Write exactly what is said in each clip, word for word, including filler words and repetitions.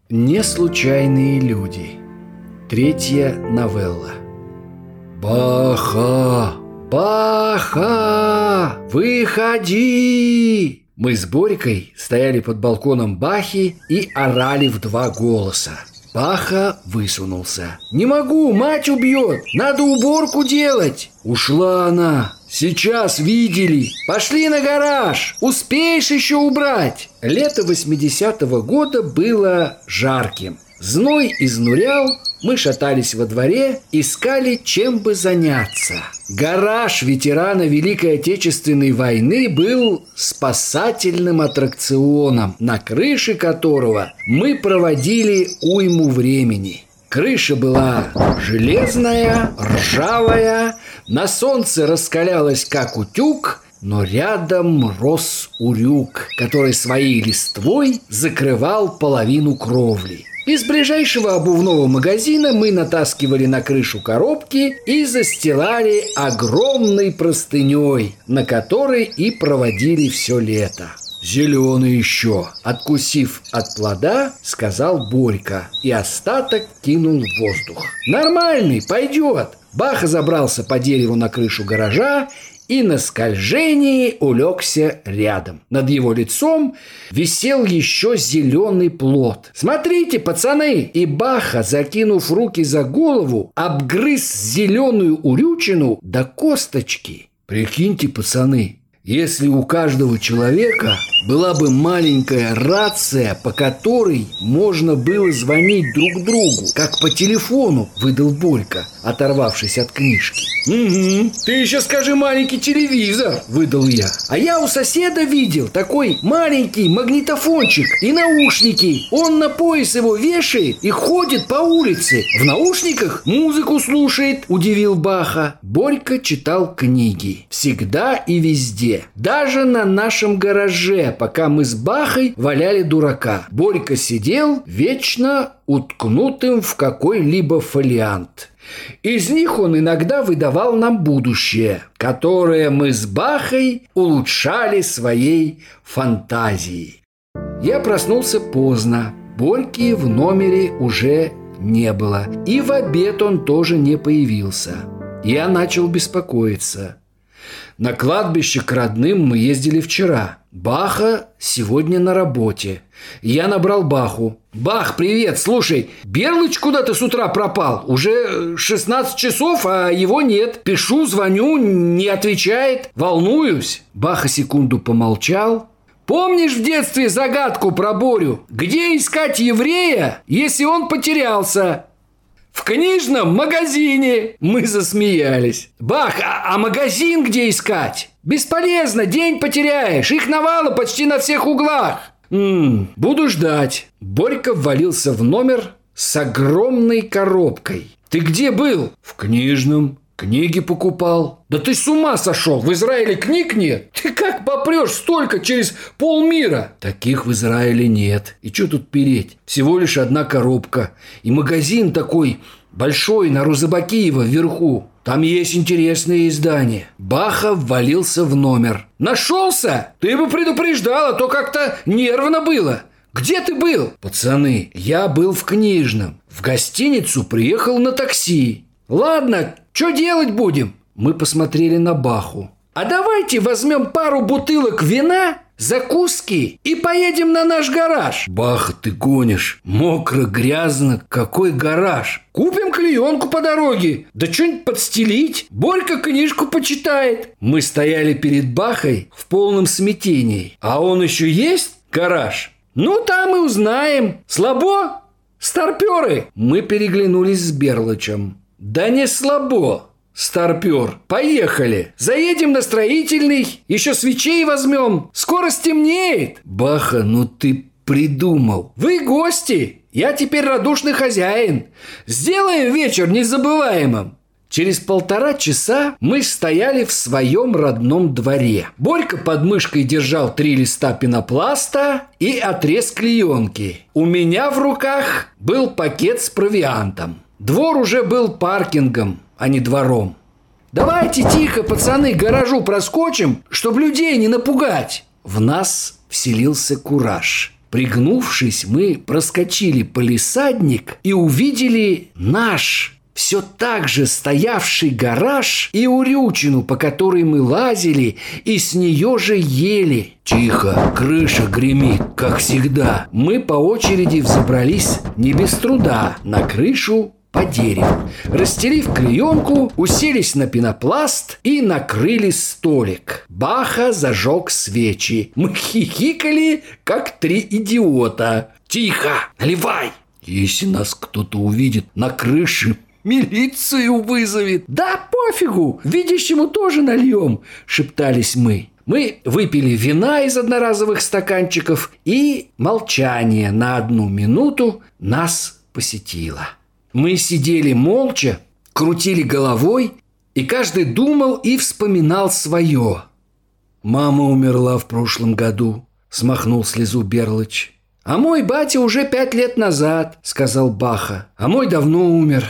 Неслучайные люди. Третья новелла. Баха! Баха! Выходи! Мы с Борькой стояли под балконом Бахи и орали в два голоса. Баха высунулся. «Не могу, мать убьет! Надо уборку делать!» Ушла она. «Сейчас видели! Пошли на гараж! Успеешь еще убрать!» Лето восьмидесятого года было жарким. Зной изнурял, мы шатались во дворе, искали, чем бы заняться. Гараж ветерана Великой Отечественной войны был спасательным аттракционом, на крыше которого мы проводили уйму времени. Крыша была железная, ржавая, на солнце раскалялась, как утюг, но рядом рос урюк, который своей листвой закрывал половину кровли. Из ближайшего обувного магазина мы натаскивали на крышу коробки и застилали огромной простыней, на которой и проводили все лето. «Зеленый еще!» – откусив от плода, сказал Борька, и остаток кинул в воздух. «Нормальный, пойдет!» Баха забрался по дереву на крышу гаража и на скольжении улегся рядом. Над его лицом висел еще зеленый плод. «Смотрите, пацаны!» И Баха, закинув руки за голову, обгрыз зеленую урючину до косточки. «Прикиньте, пацаны, если у каждого человека была бы маленькая рация, по которой можно было звонить друг другу, как по телефону», — выдал Борька, оторвавшись от книжки. «Угу, ты еще скажи маленький телевизор», — выдал я. «А я у соседа видел такой маленький магнитофончик и наушники. Он на пояс его вешает и ходит по улице. В наушниках музыку слушает», — удивил Баха. Борька читал книги. Всегда и везде. Даже на нашем гараже, пока мы с Бахой валяли дурака. Борька сидел вечно уткнутым в какой-либо фолиант. Из них он иногда выдавал нам будущее, которое мы с Бахой улучшали своей фантазией. Я проснулся поздно. Борьки в номере уже не было. И в обед он тоже не появился. Я начал беспокоиться. На кладбище к родным мы ездили вчера. Баха сегодня на работе. Я набрал Баху. «Бах, привет! Слушай, Берлыч куда-то с утра пропал. Уже шестнадцать часов, а его нет. Пишу, звоню, не отвечает. Волнуюсь». Баха секунду помолчал. «Помнишь в детстве загадку про Борю? Где искать еврея, если он потерялся?» «В книжном магазине!» Мы засмеялись. «Бах, а, а магазин где искать?» «Бесполезно, день потеряешь. Их навало почти на всех углах». «М-м, буду ждать». Борька ввалился в номер с огромной коробкой. «Ты где был?» «В книжном. Книги покупал». «Да ты с ума сошел! В Израиле книг нет! Ты как попрешь столько через полмира?» «Таких в Израиле нет. И что тут переть? Всего лишь одна коробка. И магазин такой большой на Рузабакиева вверху. Там есть интересные издания». Баха ввалился в номер. «Нашелся? Ты бы предупреждал, а то как-то нервно было. Где ты был?» «Пацаны, я был в книжном. В гостиницу приехал на такси». «Ладно, что делать будем?» Мы посмотрели на Баху. «А давайте возьмем пару бутылок вина, закуски и поедем на наш гараж». «Баха, ты гонишь. Мокро, грязно. Какой гараж?» «Купим клеенку по дороге. Да что-нибудь подстелить. Борька книжку почитает». Мы стояли перед Бахой в полном смятении. «А он еще есть, гараж?» «Ну, там и узнаем. Слабо? Старперы?» Мы переглянулись с Берлычем. «Да не слабо, старпер. Поехали. Заедем на Строительный, еще свечей возьмем. Скоро стемнеет». «Баха, ну ты придумал». «Вы гости. Я теперь радушный хозяин. Сделаем вечер незабываемым». Через полтора часа мы стояли в своем родном дворе. Борька под мышкой держал три листа пенопласта и отрез клеенки. У меня в руках был пакет с провиантом. Двор уже был паркингом, а не двором. «Давайте тихо, пацаны, к гаражу проскочим, чтобы людей не напугать». В нас вселился кураж. Пригнувшись, мы проскочили палисадник и увидели наш, все так же стоявший гараж и урючину, по которой мы лазили и с нее же ели. Тихо, крыша гремит, как всегда. Мы по очереди взобрались не без труда на крышу по дереву. Расстелив клеенку, уселись на пенопласт и накрыли столик. Баха зажег свечи. Мы хихикали, как три идиота. «Тихо! Наливай! Если нас кто-то увидит на крыше, милицию вызовет!» «Да пофигу! Видящему тоже нальем!» – шептались мы. Мы выпили вина из одноразовых стаканчиков, и молчание на одну минуту нас посетило. Мы сидели молча, крутили головой, и каждый думал и вспоминал свое. «Мама умерла в прошлом году», — смахнул слезу Берлыч. «А мой батя уже пять лет назад», — сказал Баха. «А мой давно умер.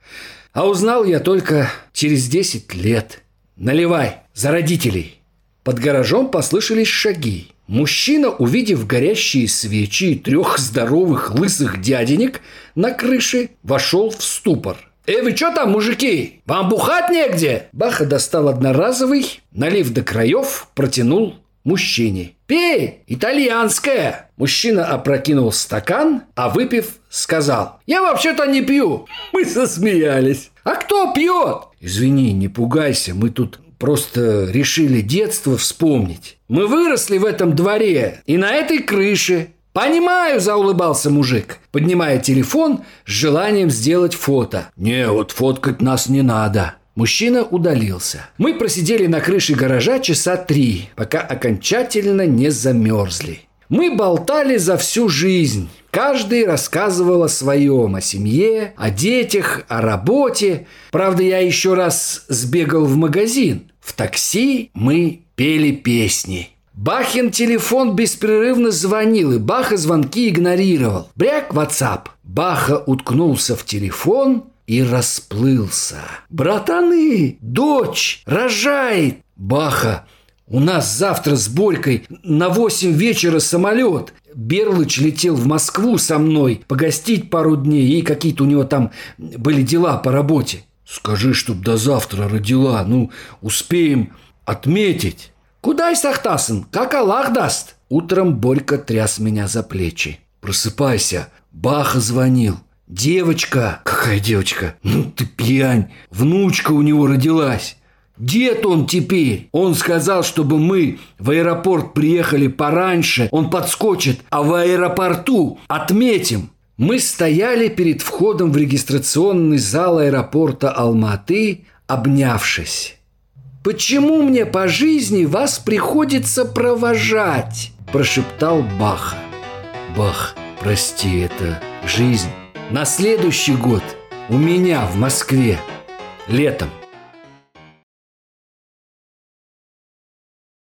А узнал я только через десять лет. Наливай, за родителей». Под гаражом послышались шаги. Мужчина, увидев горящие свечи и трех здоровых лысых дяденек на крыше, вошел в ступор. «Эй, вы что там, мужики? Вам бухать негде?» Баха достал одноразовый, налив до краев, протянул мужчине. «Пей, итальянское!» Мужчина опрокинул стакан, а выпив, сказал: «Я вообще-то не пью». Мы засмеялись. «А кто пьет?» «Извини, не пугайся, мы тут просто решили детство вспомнить. Мы выросли в этом дворе и на этой крыше». «Понимаю», – заулыбался мужик, поднимая телефон с желанием сделать фото. «Не, вот фоткать нас не надо». Мужчина удалился. Мы просидели на крыше гаража часа три, пока окончательно не замерзли. Мы болтали за всю жизнь. Каждый рассказывал о своем, о семье, о детях, о работе. Правда, я еще раз сбегал в магазин. В такси мы пели песни. Бахин телефон беспрерывно звонил, и Баха звонки игнорировал. Бряк, WhatsApp. Баха уткнулся в телефон и расплылся. «Братаны, дочь рожает!» «Баха, у нас завтра с Борькой на восемь вечера самолет. Берлыч летел в Москву со мной погостить пару дней, и какие-то у него там были дела по работе». «Скажи, чтоб до завтра родила, ну, успеем отметить». «Куда Сахтасын? Как Аллах даст?» Утром Борька тряс меня за плечи. «Просыпайся, Баха звонил. Девочка». «Какая девочка? Ну ты пьянь. Внучка у него родилась. Дед он теперь. Он сказал, чтобы мы в аэропорт приехали пораньше. Он подскочит, а в аэропорту отметим». Мы стояли перед входом в регистрационный зал аэропорта Алматы, обнявшись. «Почему мне по жизни вас приходится провожать?» – прошептал Баха. «Бах, прости, это жизнь. На следующий год у меня в Москве летом».